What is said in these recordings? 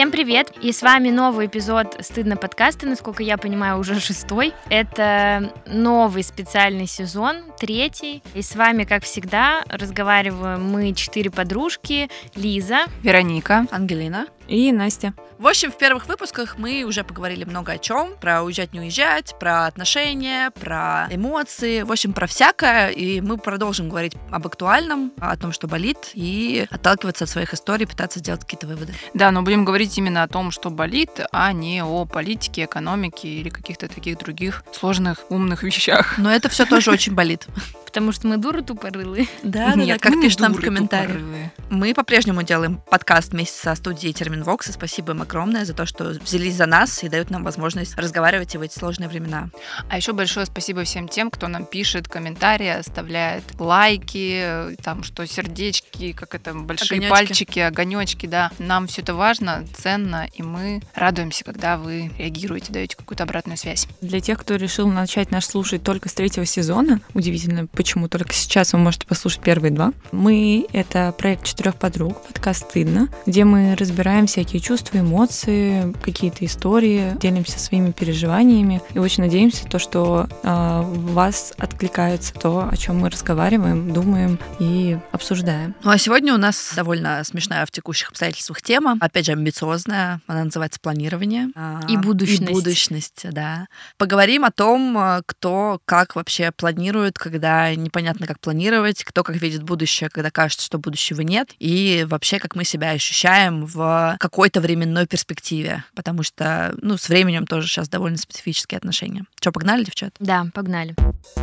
Всем привет! И с вами новый эпизод «Стыдно» подкаста, насколько я понимаю, уже 6-й. Это новый специальный сезон, 3-й. И с вами, как всегда, разговариваем мы 4 подружки. Лиза, Вероника, Ангелина и Настя. В общем, в первых выпусках мы уже поговорили много о чем. Про уезжать, не уезжать, про отношения, про эмоции, в общем, про всякое. И мы продолжим говорить об актуальном, о том, что болит, и отталкиваться от своих историй, пытаться сделать какие-то выводы. Да, но будем говорить именно о том, что болит, а не о политике, экономике или каких-то таких других сложных, умных вещах. Но это все тоже очень болит. потому что мы дуры тупорылые. Да, как пишут нам в комментариях. Мы по-прежнему делаем подкаст вместе со студией Терминвокс, и спасибо им огромное за то, что взялись за нас и дают нам возможность разговаривать в эти сложные времена. А еще большое спасибо всем тем, кто нам пишет комментарии, оставляет лайки, там что сердечки, как это, большие огонёчки. Пальчики, огонечки, да. Нам все это важно, ценно, и мы радуемся, когда вы реагируете, даете какую-то обратную связь. Для тех, кто решил начать нас слушать только с 3-го сезона, удивительно, почему только сейчас вы можете послушать первые 2. Мы — это проект 4 подруг, подкаст «Стыдно», где мы разбираем всякие чувства, эмоции, какие-то истории, делимся своими переживаниями. И очень надеемся, что в вас откликается то, о чем мы разговариваем, думаем и обсуждаем. Ну а сегодня у нас довольно смешная в текущих обстоятельствах тема, опять же амбициозная, она называется планирование. И будущность. И будущность, да. Поговорим о том, кто как вообще планирует, когда непонятно, как планировать, кто как видит будущее, когда кажется, что будущего нет, и вообще, как мы себя ощущаем в какой-то временной перспективе, потому что, с временем тоже сейчас довольно специфические отношения. Что, погнали, девчат? Да, погнали.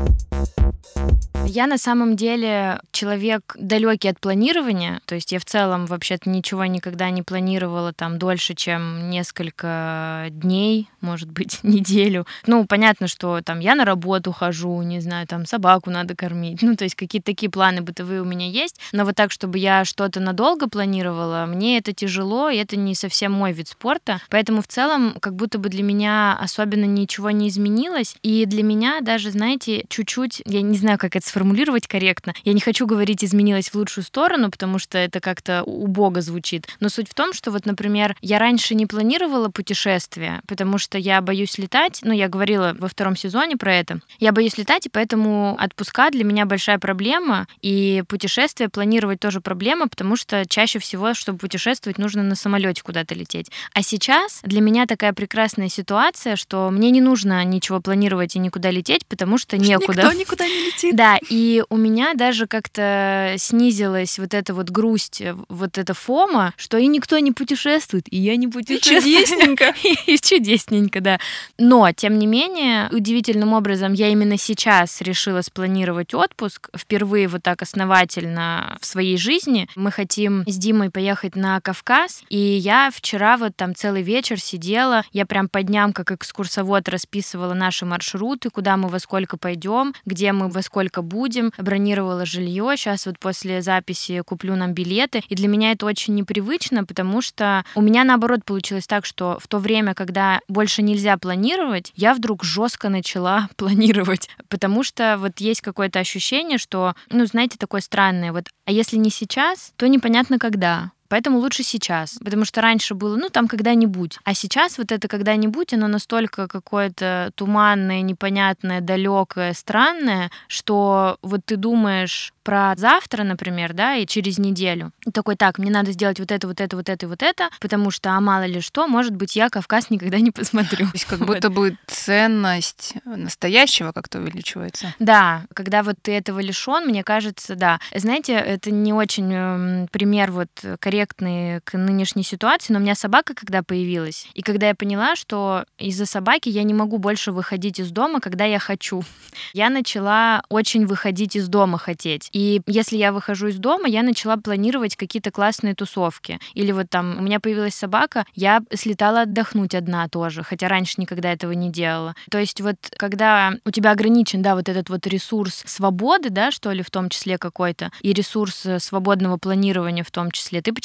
Я на самом деле человек далекий от планирования, то есть я в целом вообще-то ничего никогда не планировала там дольше, чем несколько дней, может быть, неделю. Понятно, что там я на работу хожу, не знаю, там собаку надо кормить, то есть какие-то такие планы бытовые у меня есть, но вот так, чтобы я что-то надолго планировала, мне это тяжело, и это не совсем мой вид спорта, поэтому в целом как будто бы для меня особенно ничего не изменилось, и для меня даже, знаете, чуть-чуть, я не знаю, как это сформулировать корректно, я не хочу говорить «изменилось в лучшую сторону», потому что это как-то убого звучит, но суть в том, что вот, например, я раньше не планировала путешествия, потому что я боюсь летать, я говорила во 2-м сезоне про это, я боюсь летать, и поэтому отпуска для меня большая проблема, и путешествия планировать тоже проблема, потому что чаще всего, чтобы путешествовать, нужно на самолете куда-то лететь. А сейчас для меня такая прекрасная ситуация, что мне не нужно ничего планировать и никуда лететь, потому что некуда. Никто никуда не летит. Да, и у меня даже как-то снизилась вот эта вот грусть, вот эта фома, что и никто не путешествует, и я не путешествую. И чудесненько. И чудесненько, да. Но, тем не менее, удивительным образом я именно сейчас решила спланировать отпуск, впервые вот так основательно в своей жизни. Мы хотим с Димой поехать на Кавказ, и я вчера вот там целый вечер сидела, я прям по дням как экскурсовод расписывала наши маршруты, куда мы во сколько пойдем, где мы во сколько будем, бронировала жилье. Сейчас вот после записи куплю нам билеты. И для меня это очень непривычно, потому что у меня наоборот получилось так, что в то время, когда больше нельзя планировать, я вдруг жестко начала планировать, потому что вот есть какое-то ощущение, что, знаете, такое странное, вот, а если не сейчас, то непонятно когда. Поэтому лучше сейчас, потому что раньше было, там когда-нибудь. А сейчас вот это когда-нибудь, оно настолько какое-то туманное, непонятное, далекое, странное, что вот ты думаешь про завтра, например, да, и через неделю. И такой, так, мне надо сделать вот это, вот это, вот это и вот это, потому что, мало ли что, может быть, я Кавказ никогда не посмотрю. То есть как будто бы ценность настоящего как-то увеличивается. Да, когда вот ты этого лишён, мне кажется, да. Знаете, это не очень пример вот корректный к нынешней ситуации, но у меня собака когда появилась, и когда я поняла, что из-за собаки я не могу больше выходить из дома, когда я хочу, я начала очень выходить из дома хотеть. И если я выхожу из дома, я начала планировать какие-то классные тусовки. Или вот там у меня появилась собака, я слетала отдохнуть одна тоже, хотя раньше никогда этого не делала. То есть вот когда у тебя ограничен, да, вот этот вот ресурс свободы, да, что ли, в том числе какой-то, и ресурс свободного планирования в том числе, ты почему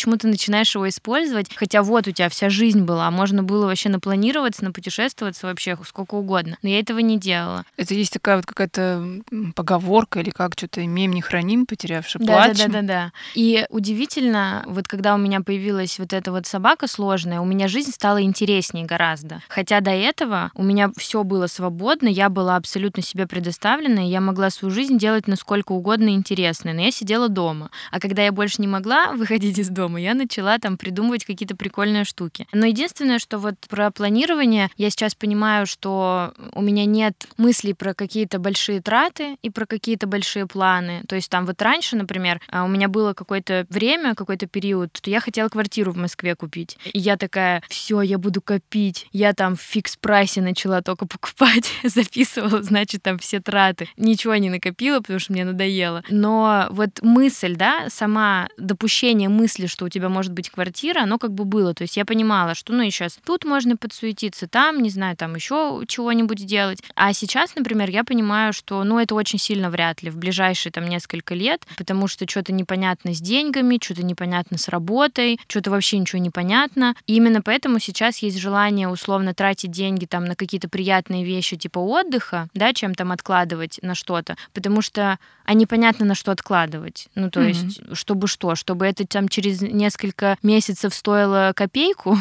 почему ты начинаешь его использовать, хотя вот у тебя вся жизнь была, можно было вообще напланироваться, напутешествоваться вообще сколько угодно, но я этого не делала. Это есть такая вот какая-то поговорка или как, что-то имеем не храним, потерявши плачем. Да. И удивительно, вот когда у меня появилась вот эта вот собака сложная, у меня жизнь стала интереснее гораздо. Хотя до этого у меня все было свободно, я была абсолютно себе предоставлена, и я могла свою жизнь делать насколько угодно интересной, но я сидела дома. А когда я больше не могла выходить из дома, я начала там придумывать какие-то прикольные штуки. Но единственное, что вот про планирование, я сейчас понимаю, что у меня нет мыслей про какие-то большие траты и про какие-то большие планы. То есть там вот раньше, например, у меня было какое-то время, какой-то период, что я хотела квартиру в Москве купить. И я такая, все, я буду копить. Я там в фикс-прайсе начала только покупать, записывала, значит, там все траты. Ничего не накопила, потому что мне надоело. Но вот мысль, да, сама допущение мысли, что у тебя может быть квартира, оно как бы было. То есть я понимала, что, ну, и сейчас тут можно подсуетиться, там, не знаю, там еще чего-нибудь сделать. А сейчас, например, я понимаю, что, ну, это очень сильно вряд ли в ближайшие там несколько лет, потому что что-то непонятно с деньгами, что-то непонятно с работой, что-то вообще ничего не понятно. И именно поэтому сейчас есть желание условно тратить деньги там на какие-то приятные вещи типа отдыха, да, чем там откладывать на что-то, потому что непонятно на что откладывать. Ну, то есть, чтобы это там через несколько месяцев стоило копейку.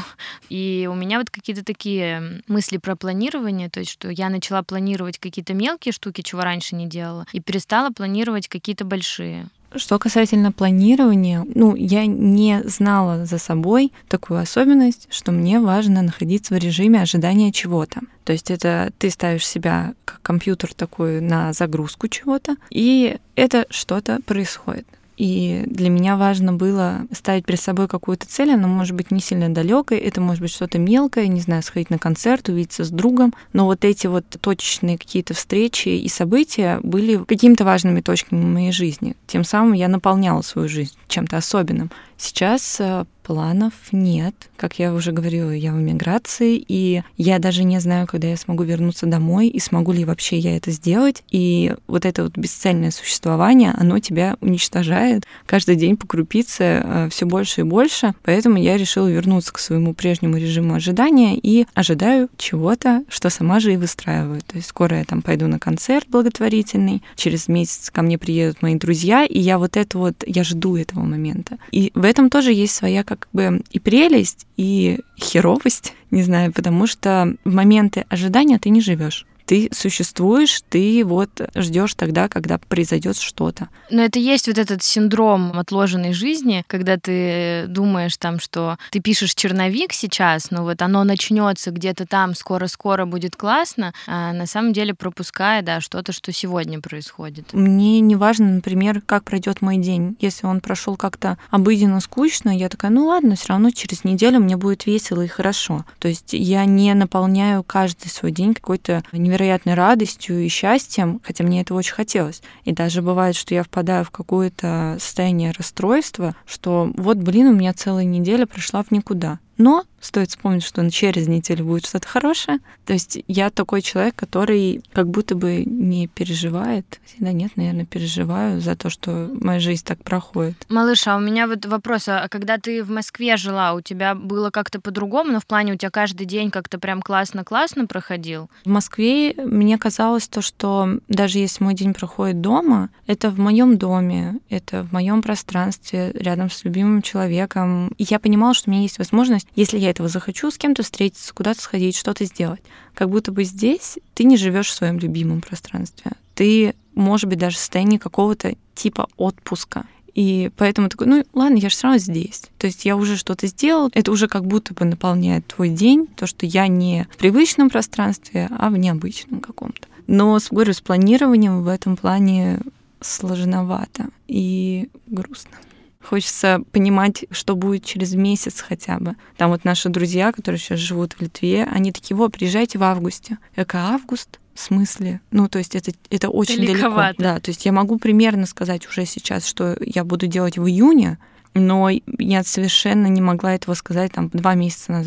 И у меня вот какие-то такие мысли про планирование, то есть, что я начала планировать какие-то мелкие штуки, чего раньше не делала, и перестала планировать какие-то большие. Что касательно планирования, я не знала за собой такую особенность, что мне важно находиться в режиме ожидания чего-то. То есть это ты ставишь себя как компьютер такой на загрузку чего-то, и это что-то происходит. И для меня важно было ставить перед собой какую-то цель, она может быть не сильно далекой, это может быть что-то мелкое, не знаю, сходить на концерт, увидеться с другом, но вот эти вот точечные какие-то встречи и события были какими-то важными точками в моей жизни. Тем самым я наполняла свою жизнь чем-то особенным. Сейчас планов нет. Как я уже говорила, я в эмиграции, и я даже не знаю, когда я смогу вернуться домой, и смогу ли вообще я это сделать. И вот это вот бесцельное существование, оно тебя уничтожает каждый день по крупице все больше и больше. Поэтому я решила вернуться к своему прежнему режиму ожидания и ожидаю чего-то, что сама же и выстраиваю. То есть скоро я там пойду на концерт благотворительный, через месяц ко мне приедут мои друзья, и я я жду этого момента. И в этом тоже есть своя как бы и прелесть, и херовость, не знаю, потому что в моменты ожидания ты не живешь. Ты существуешь, ты ждешь тогда, когда произойдет что-то. Но это есть вот этот синдром отложенной жизни, когда ты думаешь там, что ты пишешь черновик сейчас, но вот оно начнется где-то там, скоро-скоро будет классно, а на самом деле пропуская, да, что-то, что сегодня происходит. Мне не важно, например, как пройдет мой день. Если он прошел как-то обыденно, скучно, я такая, ладно, все равно через неделю мне будет весело и хорошо. То есть я не наполняю каждый свой день какой-то невероятной радостью и счастьем, хотя мне это очень хотелось. И даже бывает, что я впадаю в какое-то состояние расстройства, что у меня целая неделя прошла в никуда. Но стоит вспомнить, что через неделю будет что-то хорошее. То есть я такой человек, который как будто бы не переживает. Да нет, наверное, переживаю за то, что моя жизнь так проходит. Малыш, а у меня вопрос. А когда ты в Москве жила, у тебя было как-то по-другому? Но в плане у тебя каждый день как-то прям классно-классно проходил? В Москве мне казалось то, что даже если мой день проходит дома, это в моем доме, это в моем пространстве, рядом с любимым человеком. И я понимала, что у меня есть возможность, если я этого захочу, с кем-то встретиться, куда-то сходить, что-то сделать. Как будто бы здесь ты не живешь в своем любимом пространстве. Ты, может быть, даже в состоянии какого-то типа отпуска. И поэтому такой, ладно, я же все равно здесь. То есть я уже что-то сделал, это уже как будто бы наполняет твой день, то, что я не в привычном пространстве, а в необычном каком-то. Но, говорю, с планированием в этом плане сложновато и грустно. Хочется понимать, что будет через месяц хотя бы. Там наши друзья, которые сейчас живут в Литве, они такие, приезжайте в августе. Я такая, август? В смысле? То есть это очень далеко. Да, то есть я могу примерно сказать уже сейчас, что я буду делать в июне, но я совершенно не могла этого сказать 2 месяца назад.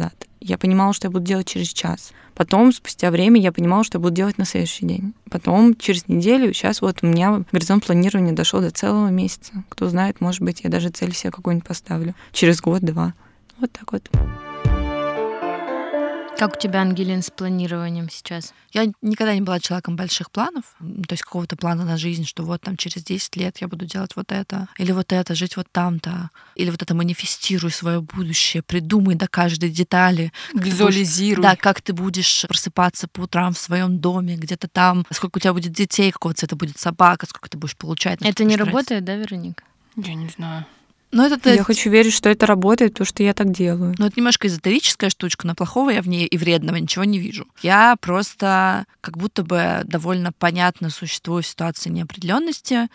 я понимала, что я буду делать через час. Потом, спустя время, я понимала, что я буду делать на следующий день. Потом, через неделю, сейчас вот у меня горизонт планирования дошел до целого месяца. Кто знает, может быть, я даже цель себе какую-нибудь поставлю. Через год-два. Вот так вот. Как у тебя, Ангелин, с планированием сейчас? Я никогда не была человеком больших планов, то есть какого-то плана на жизнь, что вот там через 10 лет я буду делать вот это, или вот это, жить вот там-то, или вот это манифестируй свое будущее, придумай до каждой детали. Визуализируй. Да, как ты будешь просыпаться по утрам в своем доме, где-то там, сколько у тебя будет детей, какого цвета будет собака, сколько ты будешь получать. Это не работает, да, Вероника? Я не знаю. Но это я хочу верить, что это работает, потому что я так делаю. Но это немножко эзотерическая штучка, но плохого я в ней и вредного ничего не вижу. Я просто как будто бы довольно понятно существую в ситуации неопределенности,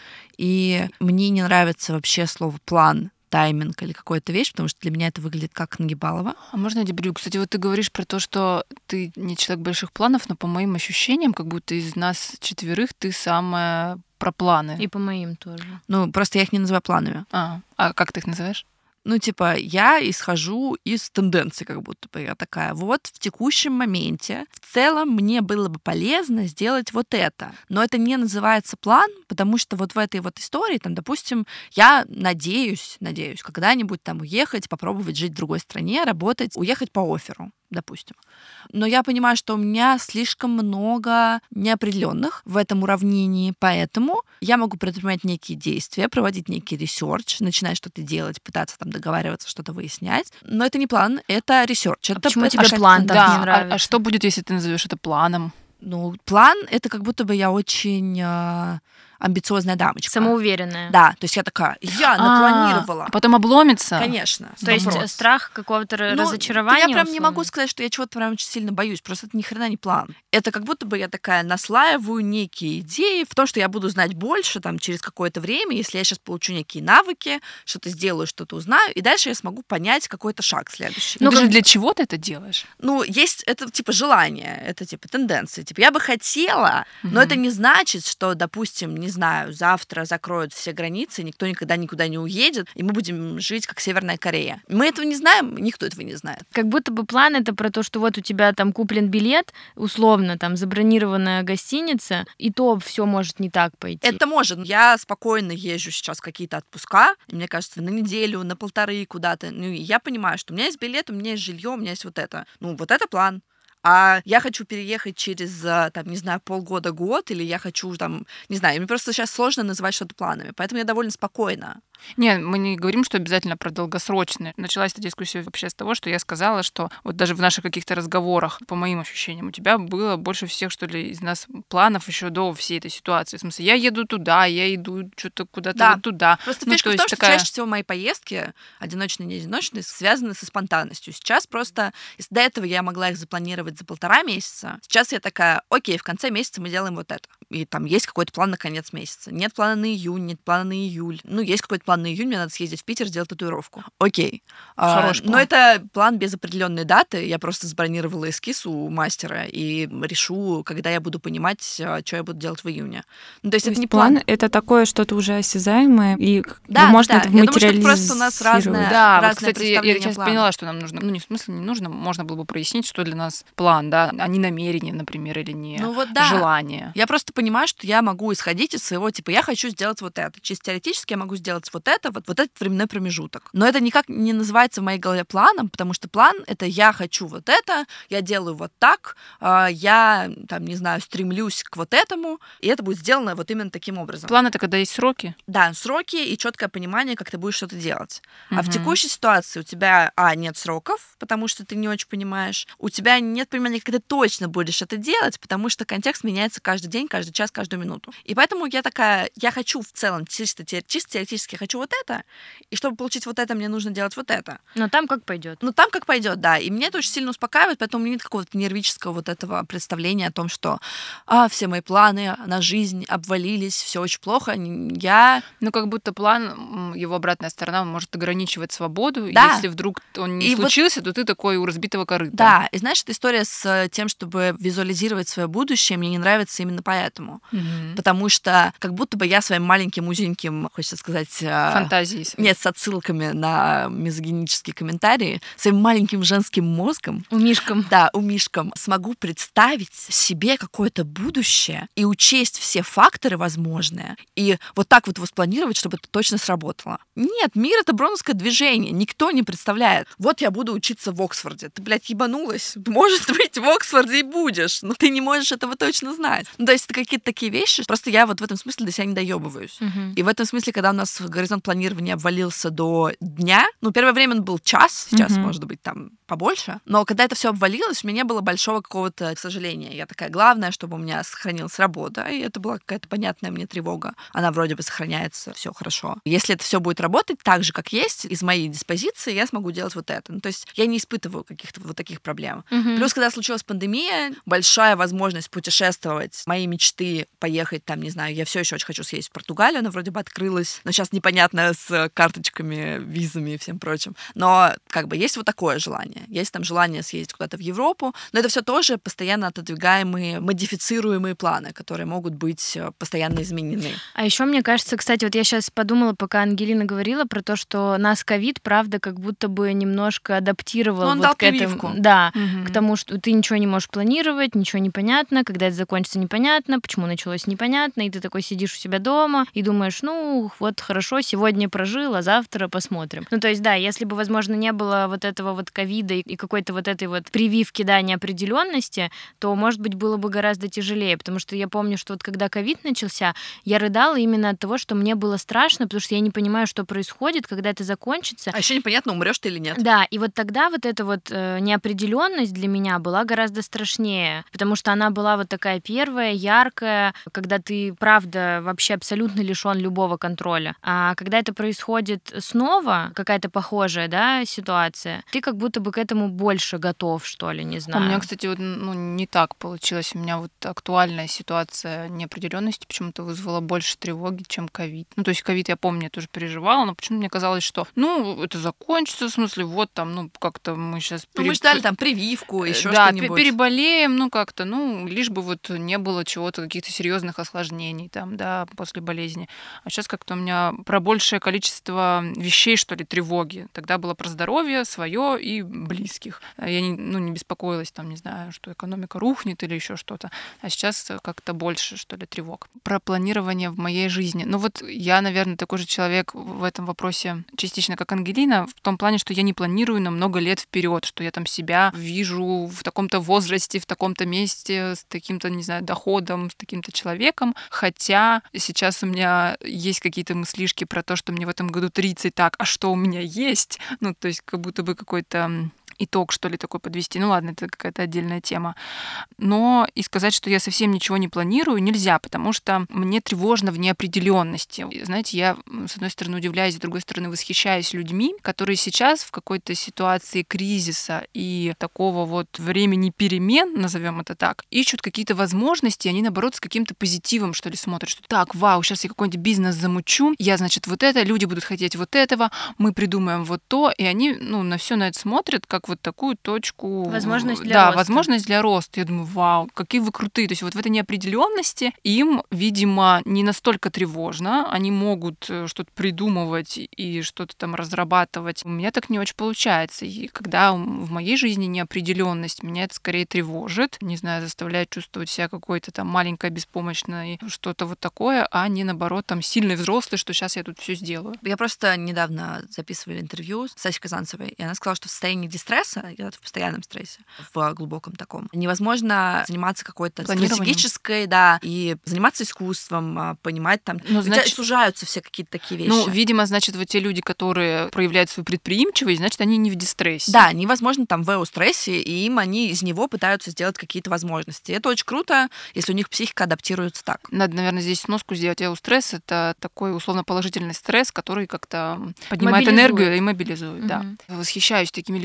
и мне не нравится вообще слово «план», тайминг или какая-то вещь, потому что для меня это выглядит как нагибалово. А можно я дебрю? Кстати, вот ты говоришь про то, что ты не человек больших планов, но по моим ощущениям, как будто из нас 4 ты самая про планы. И по моим тоже. Ну, просто я их не называю планами. А как ты их называешь? Ну, типа, я исхожу из тенденций, как будто бы я такая, вот в текущем моменте в целом мне было бы полезно сделать вот это. Но это не называется план, потому что вот в этой вот истории, там, допустим, я надеюсь, когда-нибудь там уехать, попробовать жить в другой стране, работать, уехать по офферу, допустим. Но я понимаю, что у меня слишком много неопределенных в этом уравнении, поэтому я могу предпринимать некие действия, проводить некий ресерч, начинать что-то делать, пытаться там договариваться, что-то выяснять. Но это не план, это ресерч. Почему тебе план так не нравится? А что будет, если ты назовешь это планом? Ну, план — это как будто бы я очень амбициозная дамочка. Самоуверенная. Да, то есть я такая, я напланировала. А потом обломится? Конечно. То есть страх какого-то разочарования? Я прям не могу сказать, что я чего-то прям очень сильно боюсь, просто это ни хрена не план. Это как будто бы я такая наслаиваю некие идеи в том, что я буду знать больше там через какое-то время, если я сейчас получу некие навыки, что-то сделаю, что-то узнаю, и дальше я смогу понять какой-то шаг следующий. Ну, даже для чего ты это делаешь? Ну, есть это типа желание, это типа тенденции. Типа я бы хотела, но это не значит, что, допустим, не знаю, завтра закроют все границы, никто никогда никуда не уедет, и мы будем жить как Северная Корея. Мы этого не знаем, никто этого не знает. Как будто бы план — это про то, что вот у тебя там куплен билет, условно, там забронированная гостиница, и то все может не так пойти. Это может. Я спокойно езжу сейчас в какие-то отпуска, и мне кажется, на неделю, на 1,5 куда-то. Ну, и я понимаю, что у меня есть билет, у меня есть жилье, у меня есть вот это. Ну, вот это план. А я хочу переехать через, там, не знаю, полгода-год, или я хочу, там, не знаю, мне просто сейчас сложно называть что-то планами, поэтому я довольно спокойна. Нет, мы не говорим, что обязательно про долгосрочные. Началась эта дискуссия вообще с того, что я сказала, что вот даже в наших каких-то разговорах, по моим ощущениям, у тебя было больше всех, что ли, из нас планов еще до всей этой ситуации. В смысле, я еду туда, я иду что-то куда-то вот туда. Просто фишка в том, что чаще всего мои поездки, одиночные, не одиночные, связаны со спонтанностью. Сейчас просто, если до этого я могла их запланировать за 1,5 месяца, сейчас я такая, окей, в конце месяца мы делаем вот это. И там есть какой-то план на конец месяца. Нет плана на июнь, нет плана на июль. Ну, есть какой-то план на июнь, мне надо съездить в Питер, сделать татуировку. Окей. Хороший план. Но это план без определенной даты. Я просто забронировала эскиз у мастера и решу, когда я буду понимать, что я буду делать в июне. Ну, то есть это не план. Это такое что-то уже осязаемое, и да, можно да. это материализировать. Я думаю, что просто у нас разное вот, кстати, я сейчас плана. поняла, что нам нужно. Ну, не в смысле не нужно, можно было бы прояснить, что для нас план, да, а не намерение, например, или не желание. Я просто понимаю, что я могу исходить из своего, типа, я хочу сделать вот это. Чисто теоретически я могу сделать вот это, вот этот временной промежуток. Но это никак не называется в моей голове планом, потому что план — это я хочу вот это, я делаю вот так, я, там, не знаю, стремлюсь к вот этому, и это будет сделано вот именно таким образом. План — это когда есть сроки? Да, сроки и четкое понимание, как ты будешь что-то делать. А в текущей ситуации у тебя, нет сроков, потому что ты не очень понимаешь, у тебя нет понимания, как ты точно будешь это делать, потому что контекст меняется каждый день, каждый час, каждую минуту. И поэтому я такая, я хочу в целом чисто теоретически хочу вот это, и чтобы получить вот это, мне нужно делать вот это. Но там как пойдет. Ну, там как пойдет, да. И меня это очень сильно успокаивает, поэтому у меня нет какого-то нервического вот этого представления о том, что все мои планы на жизнь обвалились, все очень плохо. Ну, как будто план, его обратная сторона, он может ограничивать свободу. Да. Если вдруг он не случился, то ты такой у разбитого корыта. Да, и знаешь, эта история с тем, чтобы визуализировать свое будущее, мне не нравится именно поэтому. Потому что как будто бы я своим маленьким, узеньким, хочется сказать, Фантазии. Нет, с отсылками на мизогинические комментарии, своим маленьким женским мозгом. Умишком. Да, умишком. Смогу представить себе какое-то будущее и учесть все факторы возможные. И вот так вот его спланировать, чтобы это точно сработало. Нет, мир — это броуновское движение. Никто не представляет. Вот я буду учиться в Оксфорде. Ты, блядь, ебанулась? Может быть, в Оксфорде и будешь, но ты не можешь этого точно знать. Ну, то есть это какие-то такие вещи. Просто я вот в этом смысле до себя не доебываюсь. И в этом смысле, когда у нас горизонт планирования обвалился до дня, ну, первое время он был час, сейчас, может быть, там побольше, но когда это все обвалилось, у меня не было большого какого-то сожаления. Я такая, главное, чтобы у меня сохранилась работа, и это была какая-то понятная мне тревога. Она вроде бы сохраняется, все хорошо. Если это все будет работать так же, как есть, из моей диспозиции, я смогу делать вот это. Ну, то есть я не испытываю каких-то вот таких проблем. Плюс, когда случилась пандемия, большая возможность путешествовать, мои мечты поехать там, не знаю, я все еще очень хочу съездить в Португалию, она вроде бы открылась, но сейчас непонятно с карточками, визами и всем прочим. Но как бы есть вот такое желание. Есть там желание съездить куда-то в Европу, но это все тоже постоянно отодвигаемые, модифицируемые планы, которые могут быть постоянно изменены. А еще мне кажется, кстати, вот я сейчас подумала, пока Ангелина говорила про то, что нас ковид, правда, как будто бы немножко адаптировал он вот дал к этому. прививку. Да, к тому, что ты ничего не можешь планировать, ничего непонятно, когда это закончится непонятно, почему началось непонятно, и ты такой сидишь у себя дома и думаешь, ну вот хорошо, сегодня прожил, а завтра посмотрим. Ну то есть да, если бы, возможно, не было вот этого вот ковида и какой-то вот этой вот прививки, да, неопределенности, то, может быть, было бы гораздо тяжелее, потому что я помню, что вот когда ковид начался, я рыдала именно от того, что мне было страшно, потому что я не понимаю, что происходит, когда это закончится. А еще непонятно, умрешь ты или нет. Да, и вот тогда вот эта вот неопределенность для меня была гораздо страшнее, потому что она была вот такая первая, яркая, когда ты, правда, вообще абсолютно лишен любого контроля. А когда это происходит снова, какая-то похожая, да, ситуация, ты как будто бы к этому больше готов, что ли, не знаю. У меня, кстати, вот, не так получилось. У меня вот актуальная ситуация неопределенности почему-то вызвала больше тревоги, чем ковид. Ну, то есть ковид, я помню, я тоже переживала, но почему-то мне казалось, что, это закончится, в смысле, вот там, как-то мы сейчас... мы ждали там прививку, еще что-нибудь. Да, переболеем, как-то, лишь бы вот не было чего-то, каких-то серьезных осложнений там, да, после болезни. А сейчас как-то у меня про большее количество вещей, что ли, тревоги. Тогда было про здоровье свое и близких. Я не беспокоилась, там, не знаю, что экономика рухнет или еще что-то. А сейчас как-то больше, что ли, тревог. Про планирование в моей жизни. Вот я, наверное, такой же человек в этом вопросе частично, как Ангелина, в том плане, что я не планирую на много лет вперед, что я там себя вижу в таком-то возрасте, в таком-то месте, с таким-то, не знаю, доходом, с таким-то человеком. Хотя сейчас у меня есть какие-то мыслишки про то, что мне в этом году 30, так, а что у меня есть? То есть как будто бы какой-то итог, что ли, такой подвести. Ну ладно, это какая-то отдельная тема. Но и сказать, что я совсем ничего не планирую, нельзя, потому что мне тревожно в неопределенности. Знаете, я, с одной стороны, удивляюсь, с другой стороны, восхищаюсь людьми, которые сейчас в какой-то ситуации кризиса и такого вот времени перемен, назовем это так, ищут какие-то возможности, и они, наоборот, с каким-то позитивом, что ли, смотрят, что так, вау, сейчас я какой-нибудь бизнес замучу, я, значит, вот это, люди будут хотеть вот этого, мы придумаем вот то, и они, на все на это смотрят, как вот такую точку... Возможность для роста. Да, возможность для роста. Я думаю, вау, какие вы крутые. То есть вот в этой неопределенности им, видимо, не настолько тревожно. Они могут что-то придумывать и что-то там разрабатывать. У меня так не очень получается. И когда в моей жизни неопределенность, меня это скорее тревожит. Не знаю, заставляет чувствовать себя какой-то там маленькой, беспомощной, что-то вот такое, а не наоборот там сильный взрослый, что сейчас я тут все сделаю. Я просто недавно записывала интервью с Асей Казанцевой, и она сказала, что в состоянии дистресса, я в постоянном стрессе, в глубоком таком, невозможно заниматься какой-то стратегической, да, и заниматься искусством, понимать там, значит, сужаются все какие-то такие вещи. Видимо, значит, вот те люди, которые проявляют свою предприимчивость, значит, они не в дистрессе. Да, они, возможно, там в эустрессе, и они из него пытаются сделать какие-то возможности. Это очень круто, если у них психика адаптируется так. Надо, наверное, здесь сноску сделать. Эустресс — это такой условно-положительный стресс, который как-то поднимает энергию и мобилизует. Да. Восхищаюсь такими людьми,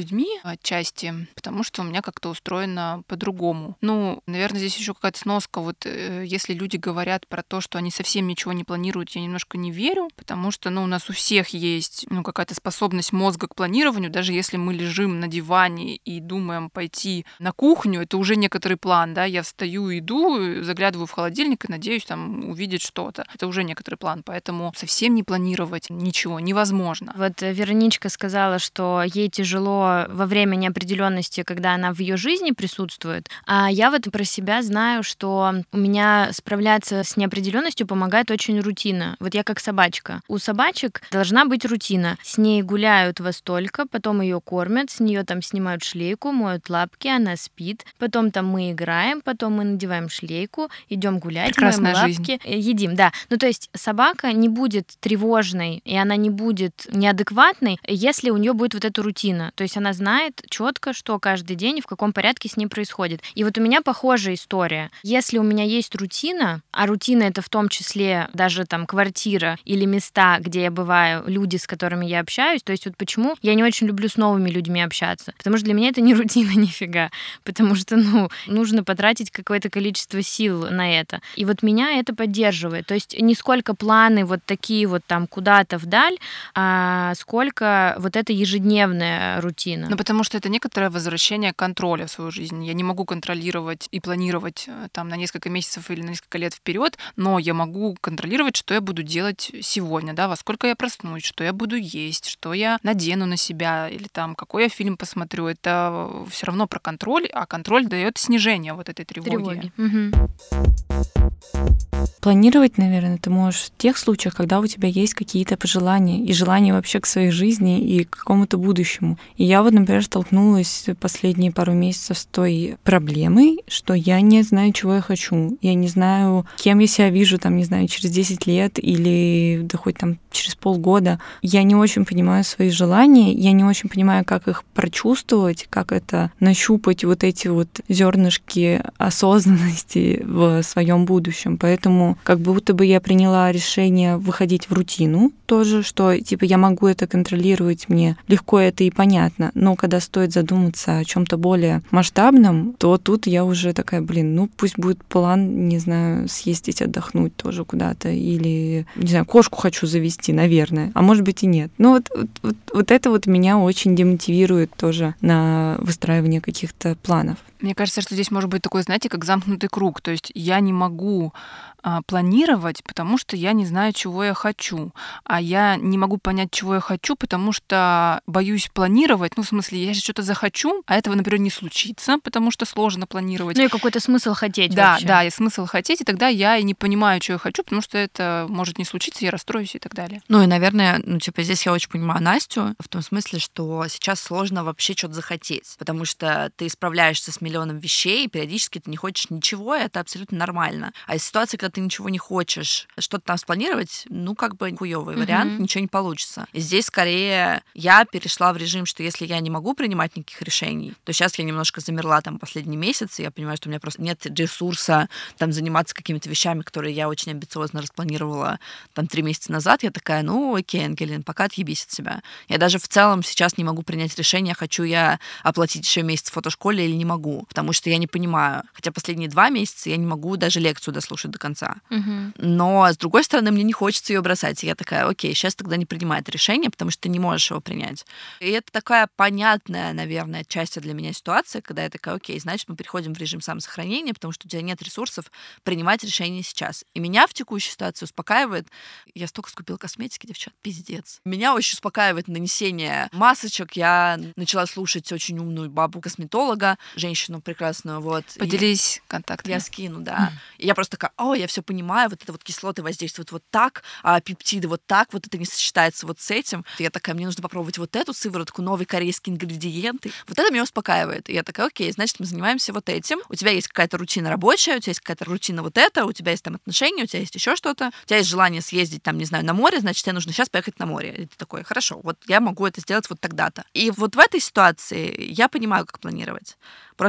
отчасти, потому что у меня как-то устроено по-другому. Ну, наверное, здесь еще какая-то сноска. Вот если люди говорят про то, что они совсем ничего не планируют, я немножко не верю, потому что, у нас у всех есть, какая-то способность мозга к планированию. Даже если мы лежим на диване и думаем пойти на кухню, это уже некоторый план, да, я встаю, иду, заглядываю в холодильник и надеюсь там увидеть что-то. Это уже некоторый план, поэтому совсем не планировать ничего невозможно. Вот Вероничка сказала, что ей тяжело во время неопределенности, когда она в ее жизни присутствует. А я вот про себя знаю, что у меня справляться с неопределенностью помогает очень рутина. Вот я как собачка. У собачек должна быть рутина. С ней гуляют во столько, потом ее кормят, с нее там снимают шлейку, моют лапки, она спит. Потом там мы играем, потом мы надеваем шлейку, идем гулять, прекрасная моем лапки, едим. Да. Ну, то есть собака не будет тревожной, и она не будет неадекватной, если у нее будет вот эта рутина. То есть она знает четко, что каждый день и в каком порядке с ней происходит. И вот у меня похожая история. Если у меня есть рутина, а рутина — это в том числе даже там квартира или места, где я бываю, люди, с которыми я общаюсь, то есть вот почему я не очень люблю с новыми людьми общаться. Потому что для меня это не рутина нифига. Потому что, нужно потратить какое-то количество сил на это. И вот меня это поддерживает. То есть не сколько планы вот такие вот там куда-то вдаль, а сколько вот эта ежедневная рутина. Потому что это некоторое возвращение контроля в свою жизнь. Я не могу контролировать и планировать там на несколько месяцев или на несколько лет вперед, но я могу контролировать, что я буду делать сегодня, да, во сколько я проснусь, что я буду есть, что я надену на себя или там какой я фильм посмотрю. Это все равно про контроль, а контроль дает снижение вот этой тревоги. Угу. Планировать, наверное, ты можешь в тех случаях, когда у тебя есть какие-то пожелания и желания вообще к своей жизни и к какому-то будущему. И я вот, например, столкнулась последние пару месяцев с той проблемой, что я не знаю, чего я хочу. Я не знаю, кем я себя вижу, там, не знаю, через 10 лет или да хоть там через полгода. Я не очень понимаю свои желания, я не очень понимаю, как их прочувствовать, как это нащупать вот эти вот зернышки осознанности в своем будущем. Поэтому как будто бы я приняла решение выходить в рутину тоже, что типа я могу это контролировать, мне легко это и понятно, но когда стоит задуматься о чем-то более масштабном, то тут я уже такая, пусть будет план, не знаю, съездить отдохнуть тоже куда-то или, не знаю, кошку хочу завести, наверное, а может быть и нет. Вот это вот меня очень демотивирует тоже на выстраивание каких-то планов. Мне кажется, что здесь может быть такой, знаете, как замкнутый круг. То есть я не могу планировать, потому что я не знаю, чего я хочу. А я не могу понять, чего я хочу, потому что боюсь планировать. В смысле, я же что-то захочу, а этого, например, не случится, потому что сложно планировать. И какой-то смысл хотеть вообще. Да, и смысл хотеть, и тогда я и не понимаю, что я хочу, потому что это может не случиться, я расстроюсь и так далее. И, наверное, здесь я очень понимаю Настю, в том смысле, что сейчас сложно вообще что-то захотеть, потому что ты справляешься с миллионом вещей, и периодически ты не хочешь ничего, и это абсолютно нормально. А из ситуации, когда ты ничего не хочешь, что-то там спланировать, хуёвый вариант, ничего не получится. И здесь скорее я перешла в режим, что если я не могу принимать никаких решений, то сейчас я немножко замерла там последний месяц, и я понимаю, что у меня просто нет ресурса там заниматься какими-то вещами, которые я очень амбициозно распланировала там 3 месяца назад. Я такая, окей, Ангелин, пока отъебись от себя. Я даже в целом сейчас не могу принять решение, хочу я оплатить еще месяц в фотошколе или не могу, потому что я не понимаю. Хотя последние 2 месяца я не могу даже лекцию дослушать до конца. Но, с другой стороны, мне не хочется ее бросать. И я такая, окей, сейчас тогда не принимай это решение, потому что ты не можешь его принять. И это такая понятная, наверное, часть для меня ситуация, когда я такая, окей, значит, мы переходим в режим самосохранения, потому что у тебя нет ресурсов принимать решения сейчас. И меня в текущей ситуации успокаивает... Я столько скупила косметики, девчат, пиздец. Меня очень успокаивает нанесение масочек. Я начала слушать очень умную бабу-косметолога, женщину прекрасную, вот. Поделись контактами. Я скину, да. И я просто такая, я все понимаю, вот это вот кислоты воздействуют вот так, а пептиды вот так, вот это не сочетается вот с этим. Я такая, мне нужно попробовать вот эту сыворотку, новые корейские ингредиенты. Вот это меня успокаивает. И я такая, окей, значит, мы занимаемся вот этим. У тебя есть какая-то рутина рабочая, у тебя есть какая-то рутина вот эта, у тебя есть там отношения, у тебя есть еще что-то, у тебя есть желание съездить там, не знаю, на море, значит, тебе нужно сейчас поехать на море. И ты такой, хорошо, вот я могу это сделать вот тогда-то. И вот в этой ситуации я понимаю, как планировать. Просто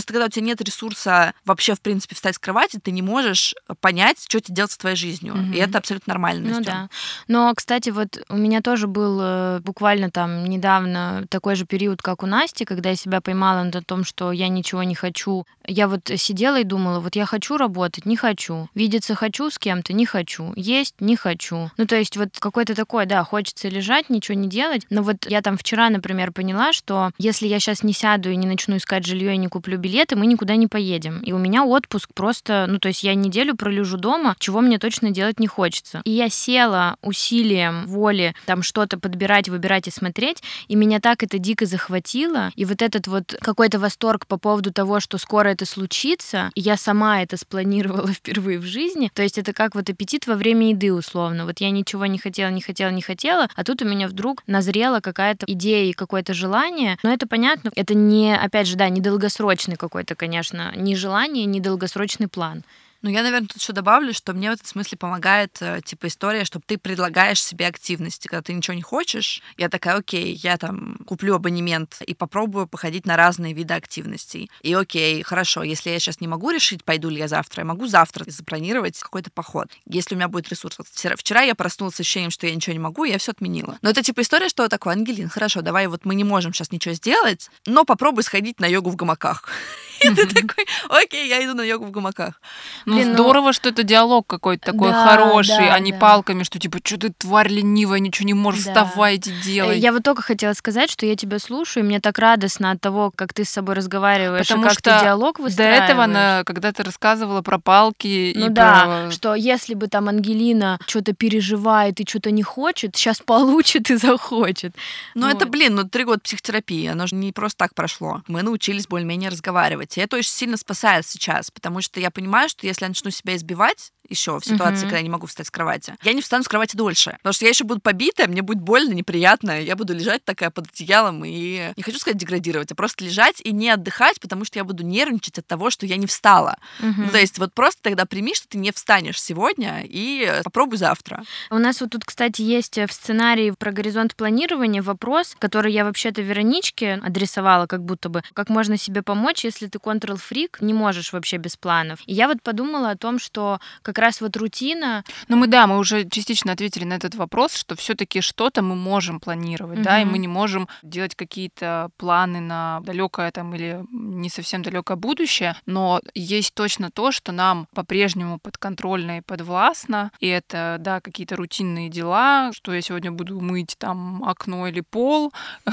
Просто когда у тебя нет ресурса вообще, в принципе, встать с кровати, ты не можешь понять, что тебе делать с твоей жизнью. И это абсолютно нормально. Ну да. Но, кстати, вот у меня тоже был буквально там недавно такой же период, как у Насти, когда я себя поймала на том, что я ничего не хочу. Я вот сидела и думала, вот я хочу работать, не хочу. Видеться хочу с кем-то, не хочу. Есть, не хочу. Ну, то есть вот какой-то такой, да, хочется лежать, ничего не делать. Но вот я там вчера, например, поняла, что если я сейчас не сяду и не начну искать жилье и не куплю билеты, мы никуда не поедем. И у меня отпуск просто, ну, то есть я неделю пролежу дома, чего мне точно делать не хочется. И я села усилием воли там что-то подбирать, выбирать и смотреть, и меня так это дико захватило. И вот этот вот какой-то восторг по поводу того, что скоро это случится, и я сама это спланировала впервые в жизни. То есть это как вот аппетит во время еды условно. Вот я ничего не хотела, а тут у меня вдруг назрела какая-то идея и какое-то желание. Но это понятно, это не, опять же, да, не долгосрочный какой-то, конечно, ни желание, ни долгосрочный план. Ну, я, наверное, тут еще добавлю, что мне в этом смысле помогает, типа, история, что ты предлагаешь себе активности. Когда ты ничего не хочешь, я такая, окей, я там куплю абонемент и попробую походить на разные виды активностей. И окей, хорошо, если я сейчас не могу решить, пойду ли я завтра, я могу завтра запланировать какой-то поход. Если у меня будет ресурс. Вот вчера я проснулась с ощущением, что я ничего не могу, и я все отменила. Но это типа история, что такое, Ангелин, хорошо, давай вот мы не можем сейчас ничего сделать, но попробуй сходить на йогу в гамаках. И ты такой, окей, я иду на йогу в гамаках. Ну, здорово, что это диалог какой-то такой хороший, а не палками, что типа, что ты, тварь ленивая, ничего не можешь, вставай, иди делай. Я вот только хотела сказать, что я тебя слушаю, и мне так радостно от того, как ты с собой разговариваешь, потому и как что ты диалог выстраиваешь. До этого, когда ты рассказывала про палки ну и да, что если бы там Ангелина что-то переживает и что-то не хочет, сейчас получит и захочет. Ну это, 3 года психотерапии, оно же не просто так прошло. Мы научились более-менее разговаривать. И это очень сильно спасает сейчас, потому что я понимаю, что если я начну себя избивать еще в ситуации, когда я не могу встать с кровати, я не встану с кровати дольше. Потому что я еще буду побитая, мне будет больно, неприятно. Я буду лежать такая под одеялом и, не хочу сказать деградировать, а просто лежать и не отдыхать, потому что я буду нервничать от того, что я не встала. Ну, то есть вот просто тогда прими, что ты не встанешь сегодня и попробуй завтра. У нас вот тут, кстати, есть в сценарии про горизонт планирования вопрос, который я вообще-то Вероничке адресовала как будто бы. Как можно себе помочь, если ты контрол-фрик, не можешь вообще без планов. И я вот подумала о том, что как раз вот рутина... Ну мы уже частично ответили на этот вопрос, что все-таки что-то мы можем планировать, да, и мы не можем делать какие-то планы на далекое там или не совсем далекое будущее, но есть точно то, что нам по-прежнему подконтрольно и подвластно, и это, да, какие-то рутинные дела, что я сегодня буду мыть там окно или пол.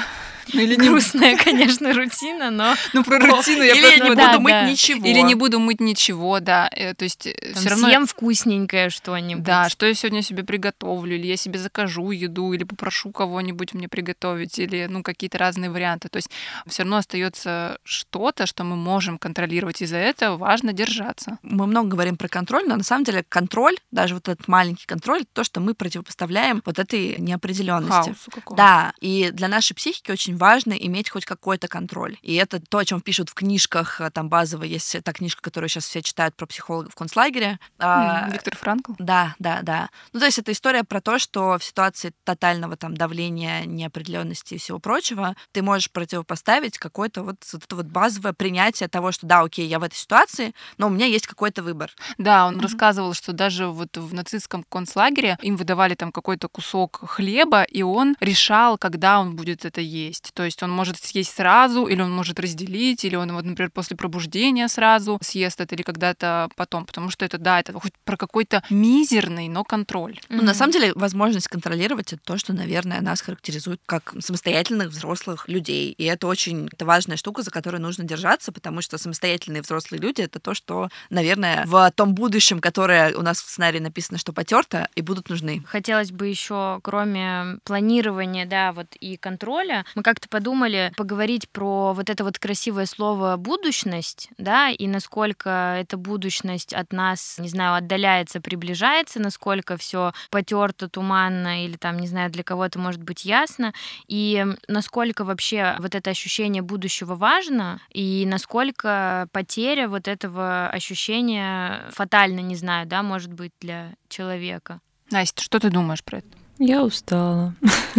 Или грустная, конечно, рутина, но... Ну, про рутину я просто... Или не буду мыть ничего. Или не буду мыть ничего, да. То есть все равно... Съем вкусненькое что-нибудь. Да, что я сегодня себе приготовлю, или я себе закажу еду, или попрошу кого-нибудь мне приготовить, или, какие-то разные варианты. То есть все равно остается что-то, что мы можем контролировать, и за это важно держаться. Мы много говорим про контроль, но на самом деле контроль, даже вот этот маленький контроль, то, что мы противопоставляем вот этой неопределенности. Хаосу какому-то. Да, и для нашей психики очень важно иметь хоть какой-то контроль. И это то, о чем пишут в книжках, там базово есть та книжка, которую сейчас все читают про психологов в концлагере. Виктор Франкл? Да. Ну, то есть это история про то, что в ситуации тотального там давления, неопределенности и всего прочего, ты можешь противопоставить какое-то вот это вот базовое принятие того, что да, окей, я в этой ситуации, но у меня есть какой-то выбор. Да, он рассказывал, что даже вот в нацистском концлагере им выдавали там какой-то кусок хлеба, и он решал, когда он будет это есть. То есть он может съесть сразу, или он может разделить, или он, вот, например, после пробуждения сразу съест это, или когда-то потом, потому что это, да, это хоть про какой-то мизерный, но контроль. Ну, на самом деле, возможность контролировать — это то, что, наверное, нас характеризует как самостоятельных взрослых людей. И это очень важная штука, за которую нужно держаться, потому что самостоятельные взрослые люди — это то, что, наверное, в том будущем, которое у нас в сценарии написано, что потерто, и будут нужны. Хотелось бы еще, кроме планирования, да, вот и контроля, мы как-то подумали поговорить про вот это вот красивое слово «будущность», да, и насколько эта будущность от нас, не знаю, отдаляется, приближается, насколько все потерто, туманно или там, не знаю, для кого-то может быть ясно, и насколько вообще вот это ощущение будущего важно, и насколько потеря вот этого ощущения фатальна, не знаю, да, может быть для человека. Настя, что ты думаешь про это? Я устала.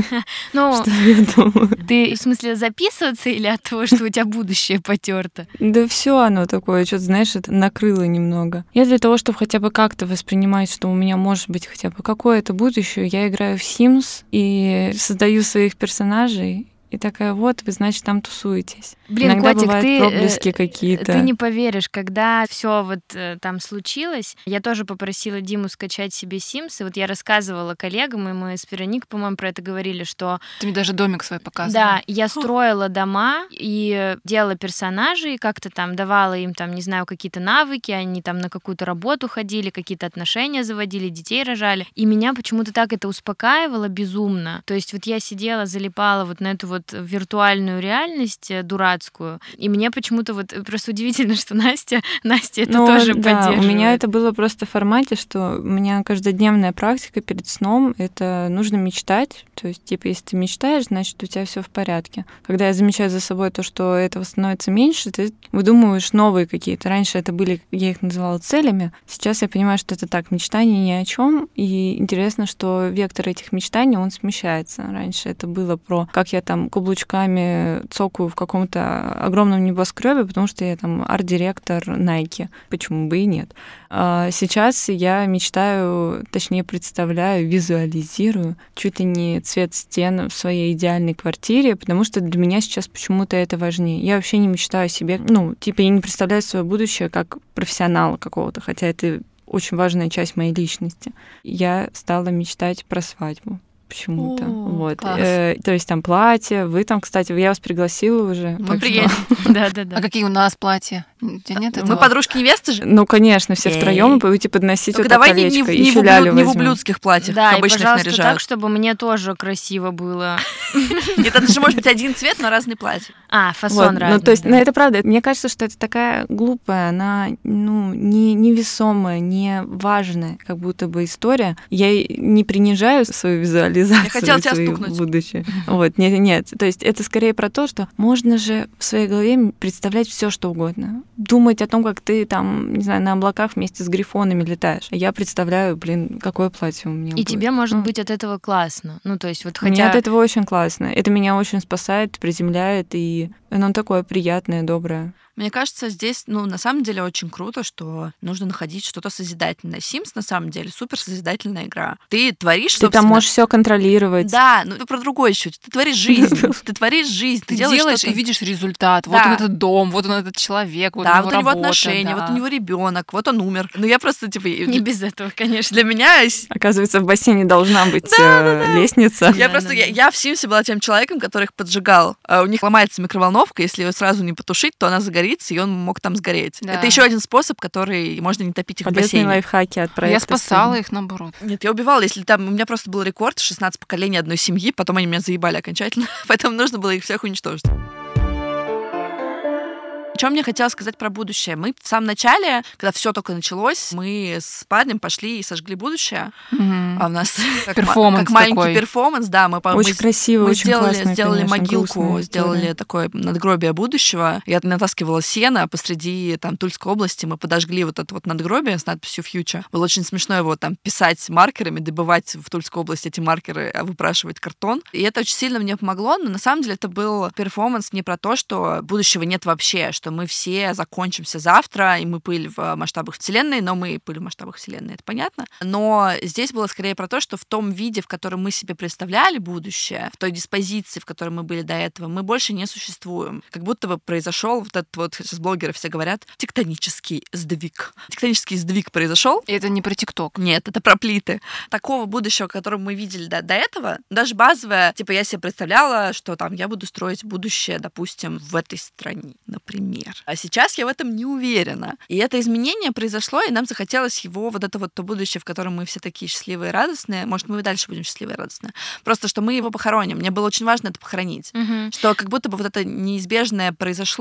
Ну, что я думаю? Ты в смысле записываться или от того, что у тебя будущее потерто? Да все оно такое, что-то, знаешь, это накрыло немного. Я для того, чтобы хотя бы как-то воспринимать, что у меня может быть хотя бы какое-то будущее, я играю в Sims и создаю своих персонажей. И такая, вот, вы, значит, там тусуетесь. Блин, Иногда котик, бывают проблески какие-то. Ты не поверишь, когда все вот там случилось, я тоже попросила Диму скачать себе Sims, и вот я рассказывала коллегам, и мы с Вероникой, по-моему, про это говорили, что... Ты мне даже домик свой показывала. Да, я строила дома и делала персонажей, как-то там давала им там, не знаю, какие-то навыки, они там на какую-то работу ходили, какие-то отношения заводили, детей рожали, и меня почему-то так это успокаивало безумно. То есть вот я сидела, залипала вот на эту вот виртуальную реальность дурацкую. И мне почему-то вот просто удивительно, что Настя это тоже поддерживает. У меня это было просто в формате, что у меня каждодневная практика перед сном — это нужно мечтать. То есть, типа, если ты мечтаешь, значит, у тебя все в порядке. Когда я замечаю за собой то, что этого становится меньше, ты выдумываешь новые какие-то. Раньше это были, я их называла целями. Сейчас я понимаю, что это так, мечтание ни о чем. И интересно, что вектор этих мечтаний, он смещается. Раньше это было про, как я там каблучками цокаю в каком-то огромном небоскребе, потому что я там арт-директор Nike. Почему бы и нет? А сейчас я мечтаю, точнее представляю, визуализирую чуть ли не цвет стен в своей идеальной квартире, потому что для меня сейчас почему-то это важнее. Я вообще не мечтаю о себе, я не представляю свое будущее как профессионала какого-то, хотя это очень важная часть моей личности. Я стала мечтать про свадьбу. Почему-то. Вот. То есть там платье. Вы там, кстати, я вас пригласила уже. Мы приедем. Да. А какие у нас платья? У тебя нет этого? Мы подружки невесты же? Ну, конечно, все втроем будете подносить вот это колечко. Давай не в ублюдских платьях, да, обычных и, пожалуйста, наряжают. Так, чтобы мне тоже красиво было. Нет, это же может быть один цвет, но разные платья. Фасон разный. Ну, то есть, это правда. Мне кажется, что это такая глупая, она, невесомая, не важная, как будто бы история. Я не принижаю свою визуализацию. Я хотела тебя свое стукнуть. Будущее. Вот, нет. То есть, это скорее про то, что можно же в своей голове представлять все, что угодно. Думать о том, как ты там, не знаю, на облаках вместе с грифонами летаешь. Я представляю, какое платье у меня И будет. тебе может быть от этого классно. Ну, то есть, вот хотя... Мне от этого очень классно. Это меня очень спасает, приземляет, и оно такое приятное, доброе. Мне кажется, здесь, на самом деле очень круто, что нужно находить что-то созидательное. Sims, на самом деле, супер созидательная игра. Ты творишь, собственно... Ты там можешь все контролировать. Да, про другое еще. Ты творишь жизнь. Ты делаешь и видишь результат. Вот он этот дом, вот он этот человек, вот у него отношения, вот у него ребенок, вот он умер. Я просто, Не без этого, конечно. Для меня... Оказывается, в бассейне должна быть лестница. Я в Sims была тем человеком, который их поджигал. У них ломается микроволновка, если ее сразу не потушить, то она загорится, и он мог там сгореть. Да. Это еще один способ, который можно не топить их в бассейне. Полезные лайфхаки от проекта. Я спасала их, наоборот. Нет, я убивала. Если там у меня просто был рекорд 16 поколений одной семьи, потом они меня заебали окончательно, поэтому нужно было их всех уничтожить. Что мне хотелось сказать про будущее? Мы в самом начале, когда все только началось, мы с парнем пошли и сожгли будущее. А у нас как маленький перформанс, да, мы очень красиво, очень классно, сделали конечно, могилку, сделали такое надгробие будущего. Я натаскивала сено посреди там Тульской области, мы подожгли вот это вот надгробие с надписью Future. Было очень смешно его там писать маркерами, добывать в Тульской области эти маркеры, выпрашивать картон. И это очень сильно мне помогло, но на самом деле это был перформанс не про то, что будущего нет вообще, что мы все закончимся завтра, и мы пыль в масштабах Вселенной, но мы пыль в масштабах Вселенной, это понятно. Но здесь было скорее про то, что в том виде, в котором мы себе представляли будущее, в той диспозиции, в которой мы были до этого, мы больше не существуем. Как будто бы произошел вот этот вот, сейчас блогеры все говорят, тектонический сдвиг. Тектонический сдвиг произошел. И это не про ТикТок. Нет, это про плиты. Такого будущего, которое мы видели до этого, даже базовое, типа я себе представляла, что там я буду строить будущее, допустим, в этой стране, например. А сейчас я в этом не уверена. И это изменение произошло, и нам захотелось его, вот это вот то будущее, в котором мы все такие счастливые и радостные, может, мы и дальше будем счастливые и радостные, просто что мы его похороним. Мне было очень важно это похоронить. Что как будто бы вот это неизбежное произошло,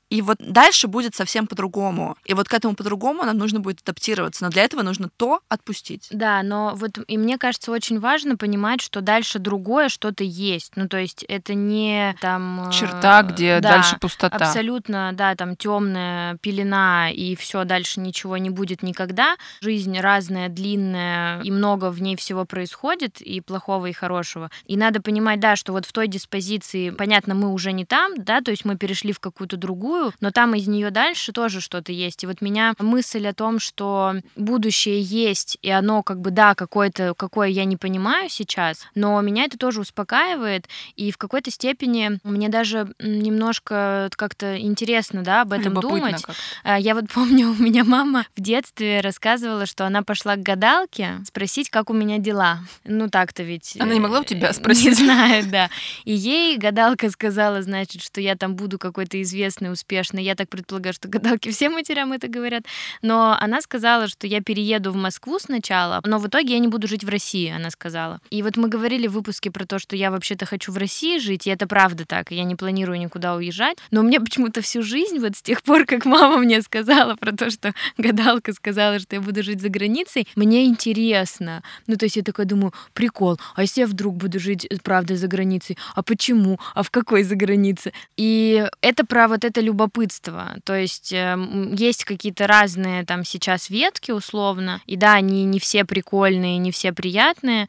и вот дальше будет совсем по-другому. И вот к этому по-другому нам нужно будет адаптироваться, но для этого нужно то отпустить. Да, но вот и мне кажется, очень важно понимать, что дальше другое что-то есть. Ну, то есть это не там... черта, где да, дальше пустота. Абсолютно, да, там темная пелена, и все дальше ничего не будет никогда. Жизнь разная, длинная, и много в ней всего происходит, и плохого, и хорошего. И надо понимать, да, что вот в той диспозиции, понятно, мы уже не там, да, то есть мы перешли в какую-то другую, но там из нее дальше тоже что-то есть. И вот меня мысль о том, что будущее есть, и оно как бы, да, какое-то, какое я не понимаю сейчас, но меня это тоже успокаивает, и в какой-то степени мне даже немножко как-то интересно, да, об этом думать. Я вот помню, у меня мама в детстве рассказывала, что она пошла к гадалке спросить, как у меня дела. Ну так-то ведь... Она не могла у тебя спросить? Не знаю, да. И ей гадалка сказала, значит, что я там буду какой-то известный, успешный. Я так предполагаю, что гадалки всем матерям это говорят. Но она сказала, что я перееду в Москву сначала, но в итоге я не буду жить в России, она сказала. И вот мы говорили в выпуске про то, что я вообще-то хочу в России жить, и это правда так, я не планирую никуда уезжать. Но мне почему-то всю жизнь, вот с тех пор, как мама мне сказала про то, что гадалка сказала, что я буду жить за границей, мне интересно. Ну, то есть я такая думаю, прикол, а если я вдруг буду жить, правда, за границей? А почему? А в какой за границе? И это про вот это любопытство. То есть есть какие-то разные там сейчас ветки, условно, и да, они не все прикольные, не все приятные,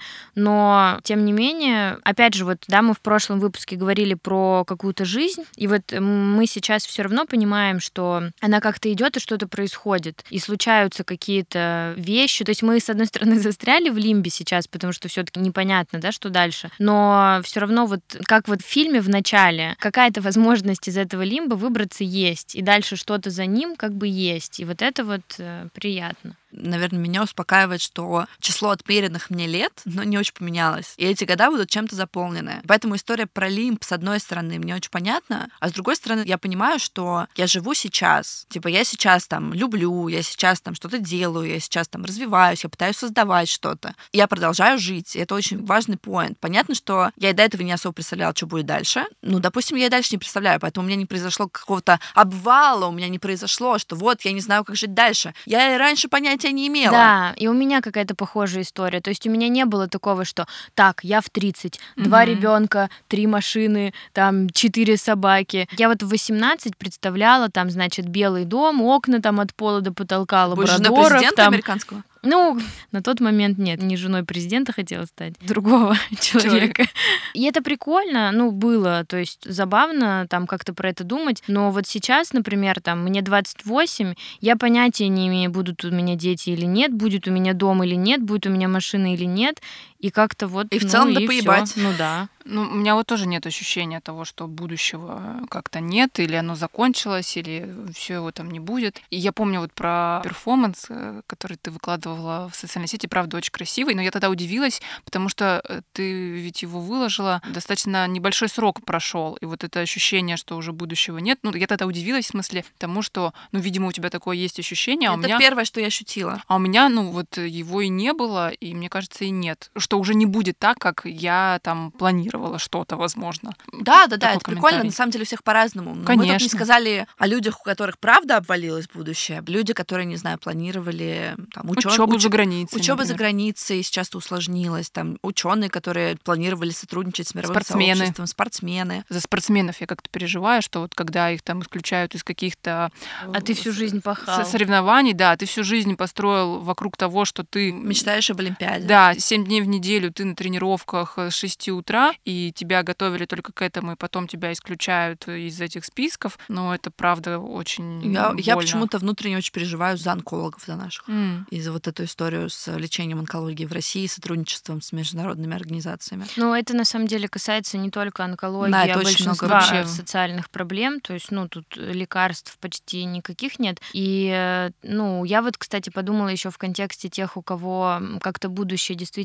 но тем не менее, опять же, вот, да, мы в прошлом выпуске говорили про какую-то жизнь, и вот мы сейчас все равно понимаем, что она как-то идет и что-то происходит, и случаются какие-то вещи. То есть мы, с одной стороны, застряли в лимбе сейчас, потому что все-таки непонятно, да, что дальше. Но все равно вот как вот в фильме в начале, какая-то возможность из этого лимба выбраться есть, и дальше что-то за ним как бы есть. И вот это вот приятно. Наверное, меня успокаивает, что число отмеренных мне лет, но не очень поменялось. И эти года будут чем-то заполнены. Поэтому история про лимб, с одной стороны, мне очень понятна, а с другой стороны, я понимаю, что я живу сейчас. Типа, я сейчас там люблю, я сейчас там что-то делаю, я сейчас там развиваюсь, я пытаюсь создавать что-то. И я продолжаю жить. И это очень важный поинт. Понятно, что я и до этого не особо представляла, что будет дальше. Ну, допустим, я и дальше не представляю, поэтому у меня не произошло какого-то обвала, у меня не произошло, что вот, я не знаю, как жить дальше. Я и раньше понятия не имела. Да, и у меня какая-то похожая история. То есть у меня не было такого, что так, я в 30, 2 ребенка, 3 машины, там 4 собаки. Я вот в 18 представляла, там, значит, Белый дом, окна там от пола до потолка, лабрадоров. Будешь женой президента американского? Ну, на тот момент нет, не женой президента хотела стать, другого человека. И это прикольно, ну, было, то есть забавно там как-то про это думать, но вот сейчас, например, там, мне 28, я понятия не имею, будут у меня дети или нет, будет у меня дом или нет, будет у меня машина или нет, и как-то вот... И в целом да поебать. Ну да. Ну, у меня вот тоже нет ощущения того, что будущего как-то нет, или оно закончилось, или все его там не будет. И я помню вот про перформанс, который ты выкладывала в социальной сети, правда, очень красивый, но я тогда удивилась, потому что ты ведь его выложила, достаточно небольшой срок прошел, и вот это ощущение, что уже будущего нет, ну, я тогда удивилась в смысле тому, что, ну, видимо, у тебя такое есть ощущение, а это у меня... первое, что я ощутила. А у меня, ну, вот его и не было, и мне кажется, и нет. Что уже не будет так, как я там планировала что-то, возможно. Да, это прикольно, на самом деле у всех по-разному. Но конечно. Мы тут не сказали о людях, у которых правда обвалилось будущее, люди, которые, не знаю, планировали там, учебу за границей. Учеба за границей сейчас усложнилась, там ученые, которые планировали сотрудничать с мировым сообществом, спортсмены. За спортсменов я как-то переживаю, что вот когда их там исключают из каких-то а ты всю жизнь пахал. Соревнований, да, ты всю жизнь построил вокруг того, что ты... Мечтаешь об Олимпиаде. Да, 7 дней в неделю ты на тренировках с 6 утра, и тебя готовили только к этому, и потом тебя исключают из этих списков. Но это, правда, очень Я почему-то внутренне очень переживаю за онкологов, за наших. И за вот эту историю с лечением онкологии в России, сотрудничеством с международными организациями. Ну, это на самом деле касается не только онкологии, да, а большинства социальных проблем. То есть, ну, тут лекарств почти никаких нет. И, ну, я вот, кстати, подумала еще в контексте тех, у кого как-то будущее действительно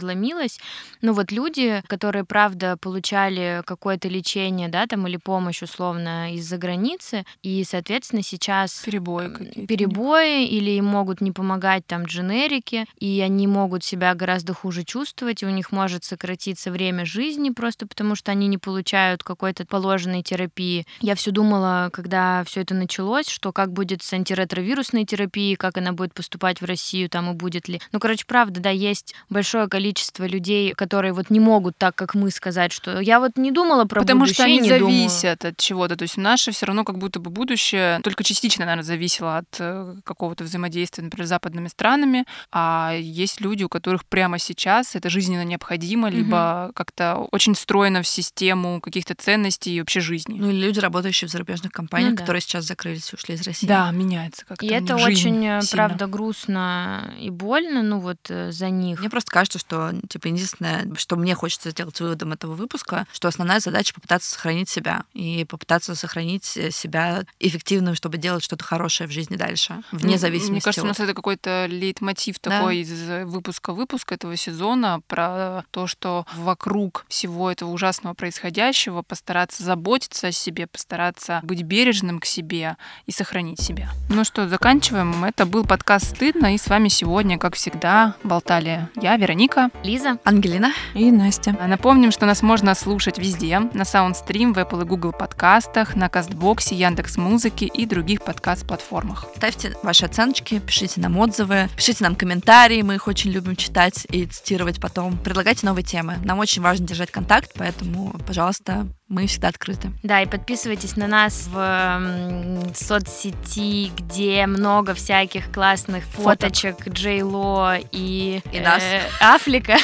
надломилась. Но вот люди, которые, правда, получали какое-то лечение, да, там, или помощь, условно, из-за границы, и, соответственно, сейчас перебои, или им могут не помогать там дженерики, и они могут себя гораздо хуже чувствовать, и у них может сократиться время жизни просто потому, что они не получают какой-то положенной терапии. Я все думала, когда все это началось, что как будет с антиретровирусной терапией, как она будет поступать в Россию, там и будет ли. Ну, короче, правда, да, есть большое количество людей, которые вот не могут так, как мы, сказать, что я вот не думала про потому будущее. Потому что они зависят от чего-то. То есть наше все равно как будто бы будущее только частично, наверное, зависело от какого-то взаимодействия, например, с западными странами. А есть люди, у которых прямо сейчас это жизненно необходимо, либо как-то очень встроено в систему каких-то ценностей и вообще жизни. Ну, или люди, работающие в зарубежных компаниях, которые сейчас закрылись и ушли из России. Да, меняется как-то. И это очень, правда, грустно и больно, ну вот за них. Мне просто кажется, что, типа, единственное, что мне хочется сделать выводом этого выпуска, что основная задача — попытаться сохранить себя и попытаться сохранить себя эффективным, чтобы делать что-то хорошее в жизни дальше, вне зависимости. Мне кажется, у нас это какой-то лейтмотив такой из выпуска этого сезона про то, что вокруг всего этого ужасного происходящего постараться заботиться о себе, постараться быть бережным к себе и сохранить себя. Ну что, заканчиваем. Это был подкаст «Стыдно», и с вами сегодня, как всегда, болтали я, Вероника, Лиза, Ангелина и Настя. Напомним, что нас можно слушать везде: на Soundstream, в Apple и Google подкастах, на Кастбоксе, Яндекс.Музыке и других подкаст-платформах. Ставьте ваши оценочки, пишите нам отзывы, пишите нам комментарии, мы их очень любим читать и цитировать потом. Предлагайте новые темы. Нам очень важно держать контакт, поэтому, пожалуйста, мы всегда открыты. Да, и подписывайтесь на нас в соцсети, где много всяких классных фоточек Джей Ло и нас. Афлика.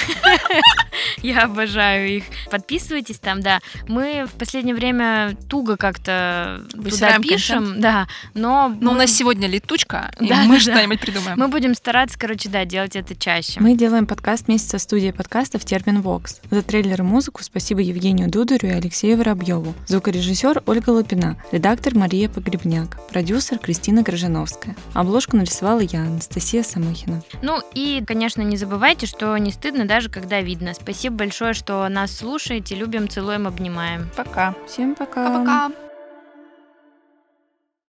Я обожаю их. Подписывайтесь там, да. Мы в последнее время туго как-то туда пишем, да, но у нас сегодня летучка, и мы что-нибудь придумаем. Мы будем стараться, короче, да, делать это чаще. Мы делаем подкаст вместе со студией подкастов Термин Вокс. За трейлер и музыку спасибо Евгению Дударю и Алексею Воробьеву. Звукорежиссер Ольга Лупина, редактор Мария Погребняк, продюсер Кристина Грожановская. Обложку нарисовала я, Анастасия Самохина. Ну и, конечно, не забывайте, что не стыдно даже когда видно. Спасибо большое, что нас слушаете. Любим, целуем, обнимаем. Пока. Всем пока. Пока-пока.